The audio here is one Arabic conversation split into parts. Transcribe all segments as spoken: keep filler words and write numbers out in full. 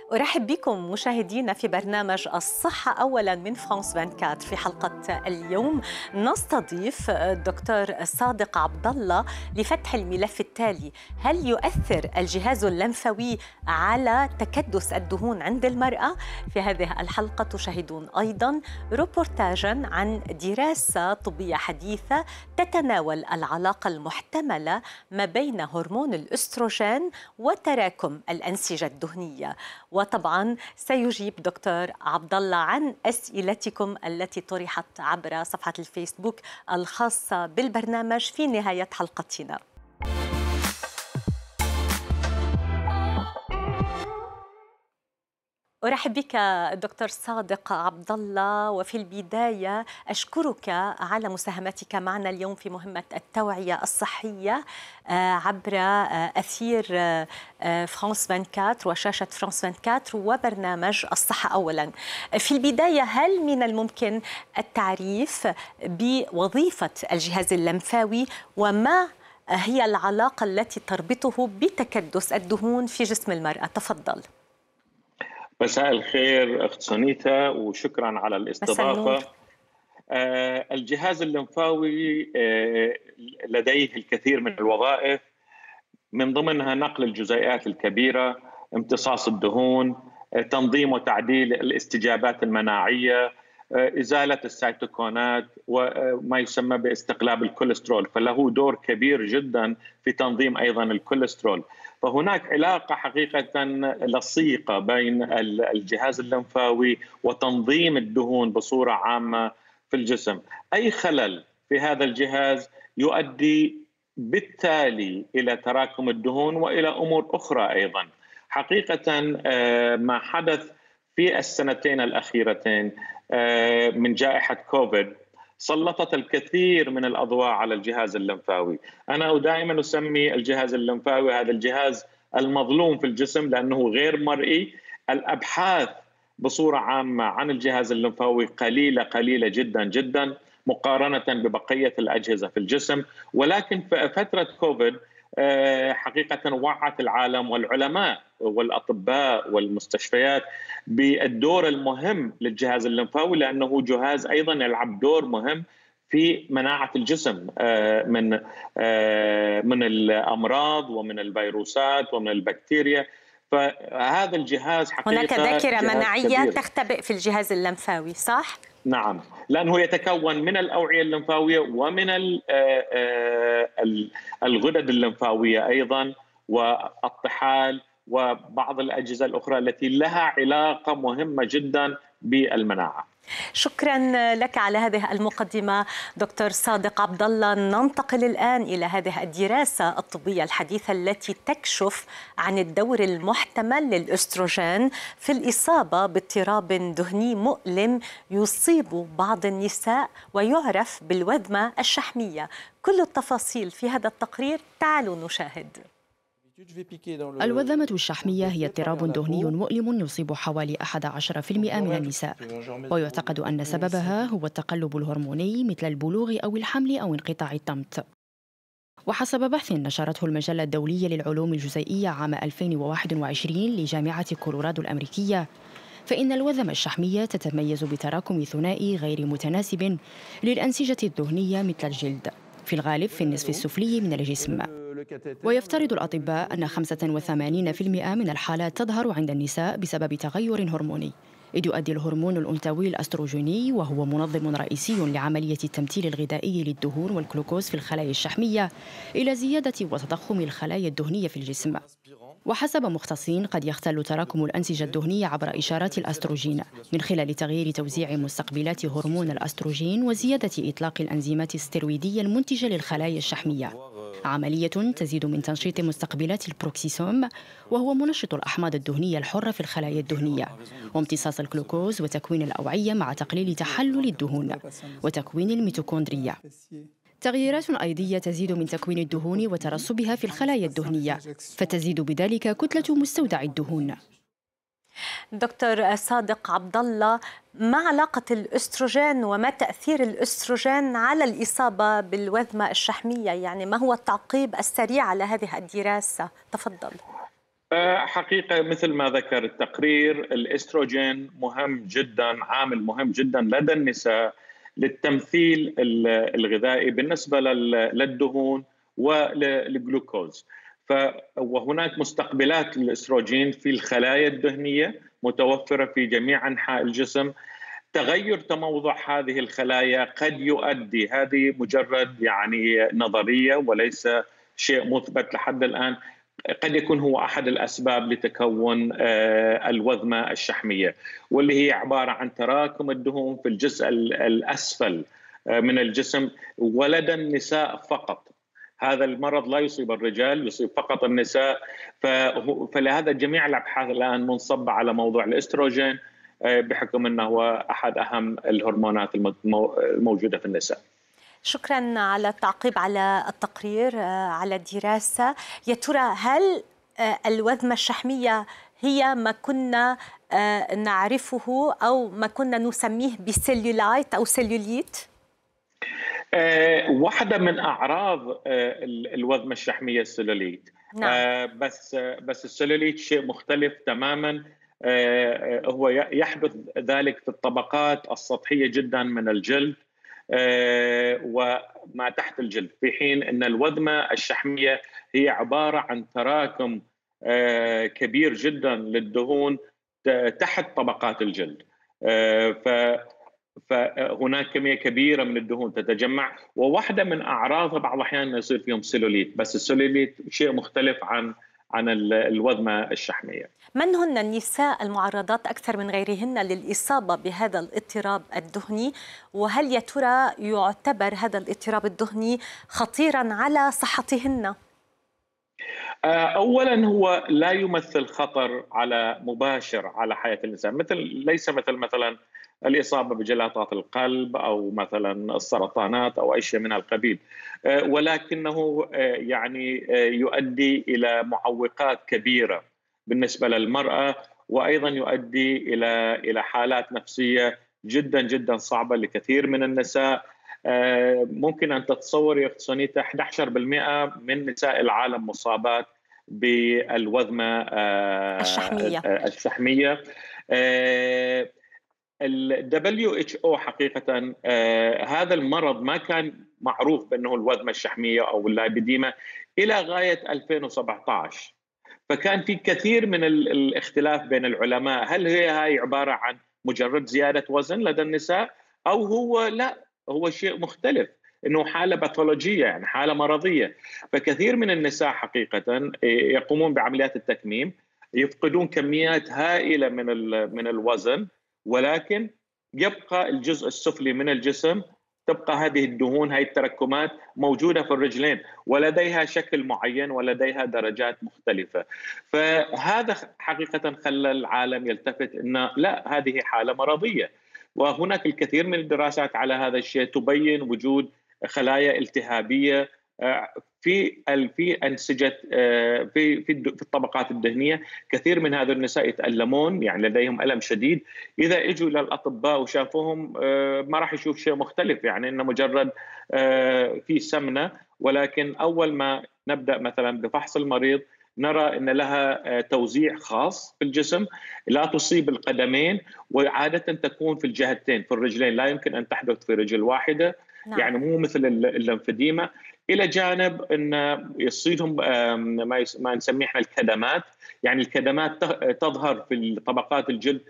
أرحب بكم مشاهدينا في برنامج الصحة أولا من فرانس أربعة وعشرين. في حلقة اليوم نستضيف الدكتور صادق عبد الله لفتح الملف التالي: هل يؤثر الجهاز اللمفاوي على تكدس الدهون عند المرأة؟ في هذه الحلقة تشاهدون أيضا روبورتاجا عن دراسة طبية حديثة تتناول العلاقة المحتملة ما بين هرمون الأستروجين وتراكم الأنسجة الدهنية. وطبعا سيجيب دكتور عبد الله عن أسئلتكم التي طرحت عبر صفحة الفيسبوك الخاصة بالبرنامج في نهاية حلقتنا. أرحب بك دكتور صادق عبد الله، وفي البداية أشكرك على مساهمتك معنا اليوم في مهمة التوعية الصحية عبر أثير فرانس أربعة وعشرين وشاشة فرانس أربعة وعشرين وبرنامج الصحة أولا. في البداية، هل من الممكن التعريف بوظيفة الجهاز اللمفاوي وما هي العلاقة التي تربطه بتكدس الدهون في جسم المرأة؟ تفضل. مساء الخير أخت سونيتا، وشكرا على الاستضافة. آه الجهاز اللمفاوي آه لديه الكثير من الوظائف، من ضمنها نقل الجزيئات الكبيرة، امتصاص الدهون، آه تنظيم وتعديل الاستجابات المناعية، آه إزالة السيتوكونات، وما يسمى باستقلاب الكوليسترول، فله دور كبير جدا في تنظيم أيضا الكوليسترول. فهناك علاقة حقيقة لصيقة بين الجهاز اللمفاوي وتنظيم الدهون بصورة عامة في الجسم. أي خلل في هذا الجهاز يؤدي بالتالي إلى تراكم الدهون وإلى أمور أخرى أيضا. حقيقة ما حدث في السنتين الأخيرتين من جائحة كوفيد سلطت الكثير من الأضواء على الجهاز اللمفاوي. أنا دائما أسمي الجهاز اللمفاوي هذا الجهاز المظلوم في الجسم لأنه غير مرئي. الأبحاث بصورة عامة عن الجهاز اللمفاوي قليلة قليلة جدا جدا مقارنة ببقية الأجهزة في الجسم، ولكن في فترة كوفيد حقيقة وعت العالم والعلماء والأطباء والمستشفيات بالدور المهم للجهاز اللمفاوي، لأنه جهاز أيضا يلعب دور مهم في مناعة الجسم من من الأمراض ومن الفيروسات ومن البكتيريا. فهذا الجهاز حقيقة هناك ذاكرة مناعية كبير. تختبئ في الجهاز اللمفاوي، صح؟ نعم، لأنه يتكون من الأوعية اللمفاوية ومن الغدد اللمفاوية أيضا والطحال وبعض الأجهزة الأخرى التي لها علاقة مهمة جدا بالمناعة. شكرا لك على هذه المقدمة دكتور صادق عبد الله. ننتقل الآن إلى هذه الدراسة الطبية الحديثة التي تكشف عن الدور المحتمل للأستروجين في الإصابة باضطراب دهني مؤلم يصيب بعض النساء ويعرف بالوذمة الشحمية. كل التفاصيل في هذا التقرير، تعالوا نشاهد. الوذمة الشحمية هي اضطراب دهني مؤلم يصيب حوالي أحد عشر بالمئة من النساء، ويعتقد أن سببها هو التقلب الهرموني مثل البلوغ أو الحمل أو انقطاع الطمث. وحسب بحث نشرته المجلة الدولية للعلوم الجزيئية عام ألفين وواحد وعشرين لجامعة كولورادو الأمريكية، فإن الوذمة الشحمية تتميز بتراكم ثنائي غير متناسب للأنسجة الدهنية مثل الجلد، في الغالب في النصف السفلي من الجسم. ويفترض الأطباء أن خمسة وثمانين بالمئة من الحالات تظهر عند النساء بسبب تغير هرموني، إذ يؤدي الهرمون الأنثوي الأستروجيني، وهو منظم رئيسي لعملية التمثيل الغذائي للدهون والجلوكوز في الخلايا الشحمية، إلى زيادة وتضخم الخلايا الدهنية في الجسم. وحسب مختصين قد يختل تراكم الأنسجة الدهنية عبر إشارات الأستروجين من خلال تغيير توزيع مستقبلات هرمون الأستروجين وزيادة إطلاق الأنزيمات الستيرويدية المنتجة للخلايا الشحمية، عملية تزيد من تنشيط مستقبلات البروكسيسوم، وهو منشط الأحماض الدهنية الحرة في الخلايا الدهنية، وامتصاص الجلوكوز وتكوين الأوعية مع تقليل تحلل الدهون وتكوين الميتوكوندريا. تغييرات أيضية تزيد من تكوين الدهون وترسبها في الخلايا الدهنية، فتزيد بذلك كتلة مستودع الدهون. دكتور صادق عبد الله، ما علاقة الأستروجين وما تأثير الأستروجين على الإصابة بالوذمة الشحمية؟ يعني ما هو التعقيب السريع على هذه الدراسة؟ تفضل. حقيقة مثل ما ذكر التقرير، الاستروجين مهم جدا، عامل مهم جدا لدى النساء للتمثيل الغذائي بالنسبة للدهون والجلوكوز. وهناك مستقبلات للاستروجين في الخلايا الدهنية متوفرة في جميع أنحاء الجسم. تغير تموضع هذه الخلايا قد يؤدي، هذه مجرد يعني نظرية وليس شيء مثبت لحد الآن، قد يكون هو أحد الأسباب لتكون الوذمة الشحمية، واللي هي عبارة عن تراكم الدهون في الجزء الأسفل من الجسم ولدى النساء فقط. هذا المرض لا يصيب الرجال، يصيب فقط النساء. فلهذا جميع الأبحاث الآن منصبة على موضوع الاستروجين بحكم أنه هو أحد أهم الهرمونات الموجودة في النساء. شكرا على التعقيب على التقرير، على الدراسة. يا ترى هل الوذمة الشحمية هي ما كنا نعرفه أو ما كنا نسميه بسيلولايت أو سيلوليت؟ واحدة من أعراض الوذمة الشحمية السيلوليت. نعم. بس بس السيلوليت شيء مختلف تماما. هو يحدث ذلك في الطبقات السطحية جدا من الجلد وما تحت الجلد، في حين أن الوذمة الشحمية هي عبارة عن تراكم كبير جدا للدهون تحت طبقات الجلد. فهناك كمية كبيرة من الدهون تتجمع، وواحدة من أعراضها بعض الأحيان يصير فيهم سيلوليت، بس السيلوليت شيء مختلف عن عن الوذمة الشحمية. من هن النساء المعرضات أكثر من غيرهن للإصابة بهذا الاضطراب الدهني؟ وهل يا ترى يعتبر هذا الاضطراب الدهني خطيراً على صحتهن؟ أولاً هو لا يمثل خطر على مباشر على حياة الإنسان، مثل ليس مثل مثلاً الإصابة بجلطات القلب أو مثلا السرطانات أو أي شيء من القبيل، ولكنه يعني يؤدي إلى معوقات كبيرة بالنسبة للمرأة، وأيضا يؤدي إلى إلى حالات نفسية جدا جدا صعبة لكثير من النساء. ممكن أن تتصور يا أخت سونيتا أحد عشر بالمئة من نساء العالم مصابات بالوذمة الشحمية. الشحمية. ال دبليو إتش أو حقيقة آه هذا المرض ما كان معروف بأنه الوذمة الشحمية أو اللايبيديما إلى غاية ألفين وسبعة عشر، فكان في كثير من الاختلاف بين العلماء، هل هي هاي عبارة عن مجرد زيادة وزن لدى النساء أو هو لا هو شيء مختلف، إنه حالة باثولوجية يعني حالة مرضية. فكثير من النساء حقيقة يقومون بعمليات التكميم، يفقدون كميات هائلة من من الوزن، ولكن يبقى الجزء السفلي من الجسم، تبقى هذه الدهون، هذه التركمات موجودة في الرجلين ولديها شكل معين ولديها درجات مختلفة. فهذا حقيقة خلى العالم يلتفت أن لا، هذه حالة مرضية. وهناك الكثير من الدراسات على هذا الشيء تبين وجود خلايا التهابية في في انسجه في في الطبقات الدهنيه. كثير من هذه النساء يتألمون، يعني لديهم الم شديد، اذا اجوا الى الاطباء وشافوهم ما راح يشوف شيء مختلف، يعني انه مجرد في سمنه، ولكن اول ما نبدا مثلا بفحص المريض نرى ان لها توزيع خاص في الجسم، لا تصيب القدمين، وعاده تكون في الجهتين في الرجلين، لا يمكن ان تحدث في رجل واحده. نعم. يعني مو مثل الليمفديما، الى جانب ان يصيدهم ما ما نسميه احنا الكدمات، يعني الكدمات تظهر في طبقات الجلد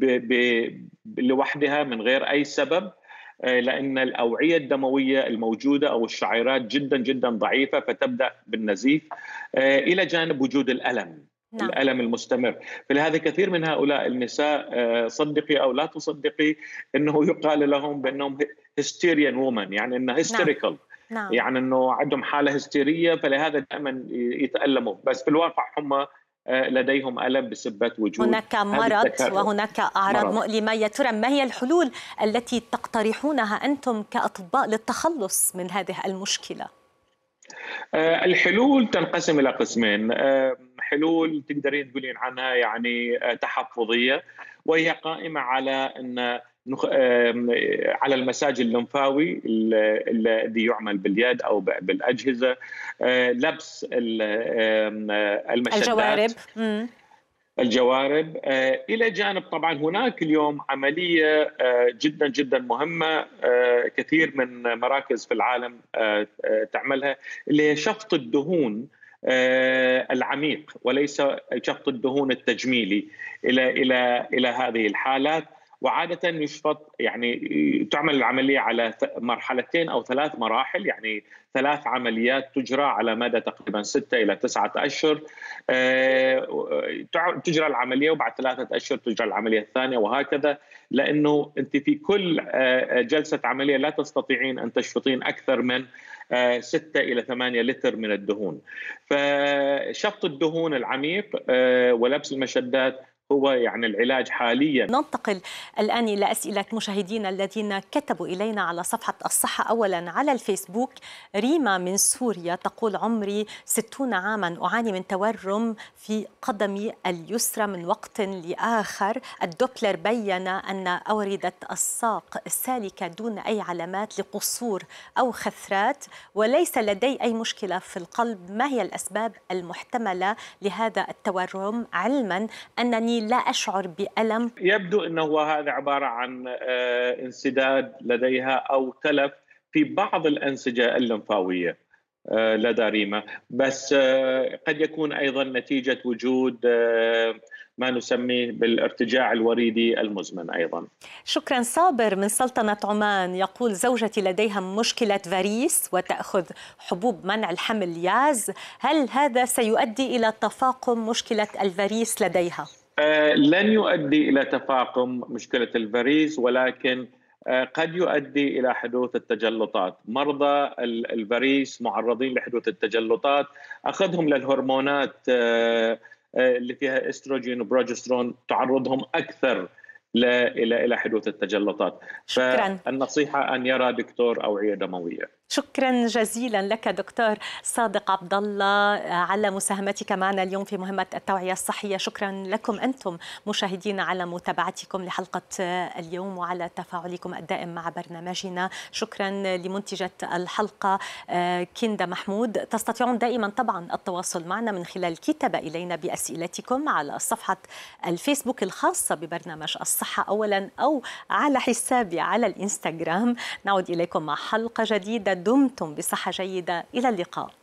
لوحدها من غير اي سبب، لان الاوعيه الدمويه الموجوده او الشعيرات جدا جدا ضعيفه، فتبدا بالنزيف، الى جانب وجود الالم. نعم. الالم المستمر. فلهذا كثير من هؤلاء النساء، صدقي او لا تصدقي، انه يقال لهم بانهم هيستيريان وومن، يعني انه هيستيريكال. نعم. يعني انه عندهم حاله هستيريه، فلهذا دائما يتالموا، بس في الواقع هم لديهم الم بسبب وجود هناك مرض وهناك اعراض مرض. مؤلمه. يا ترى ما هي الحلول التي تقترحونها انتم كاطباء للتخلص من هذه المشكله؟ الحلول تنقسم الى قسمين. حلول تقدرين تقولين عنها يعني تحفظيه، وهي قائمه على ان على المساج الليمفاوي الذي يعمل باليد أو بالأجهزة، لبس المشدات الجوارب الجوارب إلى جانب طبعا هناك اليوم عملية جدا جدا مهمة كثير من مراكز في العالم تعملها، اللي هي شفط الدهون العميق وليس شفط الدهون التجميلي إلى إلى إلى هذه الحالات. وعادة يشفط يعني تعمل العملية على مرحلتين أو ثلاث مراحل، يعني ثلاث عمليات تجرى على مدى تقريبا ستة إلى تسعة أشهر. تجرى العملية وبعد ثلاثة أشهر تجرى العملية الثانية وهكذا، لأنه أنت في كل جلسة عملية لا تستطيعين أن تشفطين أكثر من ستة إلى ثمانية لتر من الدهون. فشفط الدهون العميق ولبس المشدات هو يعني العلاج حاليا. ننتقل الآن إلى أسئلة مشاهدينا الذين كتبوا إلينا على صفحة الصحة أولا على الفيسبوك. ريما من سوريا تقول: عمري ستون عاما، أعاني من تورم في قدمي اليسرى من وقت لآخر. الدوبلر بيّن أن أوردة الساق سالكة دون أي علامات لقصور أو خثرات، وليس لدي أي مشكلة في القلب. ما هي الأسباب المحتملة لهذا التورم، علما أنني لا أشعر بألم؟ يبدو أنه هذا عبارة عن انسداد لديها أو تلف في بعض الأنسجة الليمفاوية لدى ريما، بس قد يكون أيضا نتيجة وجود ما نسميه بالارتجاع الوريدي المزمن أيضا. شكرا. صابر من سلطنة عمان يقول: زوجتي لديها مشكلة فاريس وتأخذ حبوب منع الحمل ياز، هل هذا سيؤدي إلى تفاقم مشكلة الفاريس لديها؟ آه لن يؤدي إلى تفاقم مشكلة الفاريس، ولكن آه قد يؤدي إلى حدوث التجلطات. مرضى الفاريس معرضين لحدوث التجلطات، أخذهم للهرمونات آه اللي فيها استروجين وبروجسترون تعرضهم أكثر إلى إلى حدوث التجلطات. شكرا. فالنصيحة أن يرى دكتور أوعية دموية. شكرا جزيلا لك دكتور صادق عبد الله على مساهمتك معنا اليوم في مهمة التوعية الصحية. شكرا لكم أنتم مشاهدينا على متابعتكم لحلقة اليوم وعلى تفاعلكم الدائم مع برنامجنا. شكرا لمنتجة الحلقة كندا محمود. تستطيعون دائما طبعا التواصل معنا من خلال الكتابة إلينا بأسئلتكم على صفحة الفيسبوك الخاصة ببرنامج الصحة أولا، أو على حسابي على الإنستغرام. نعود إليكم مع حلقة جديدة. دمتم بصحة جيدة. إلى اللقاء.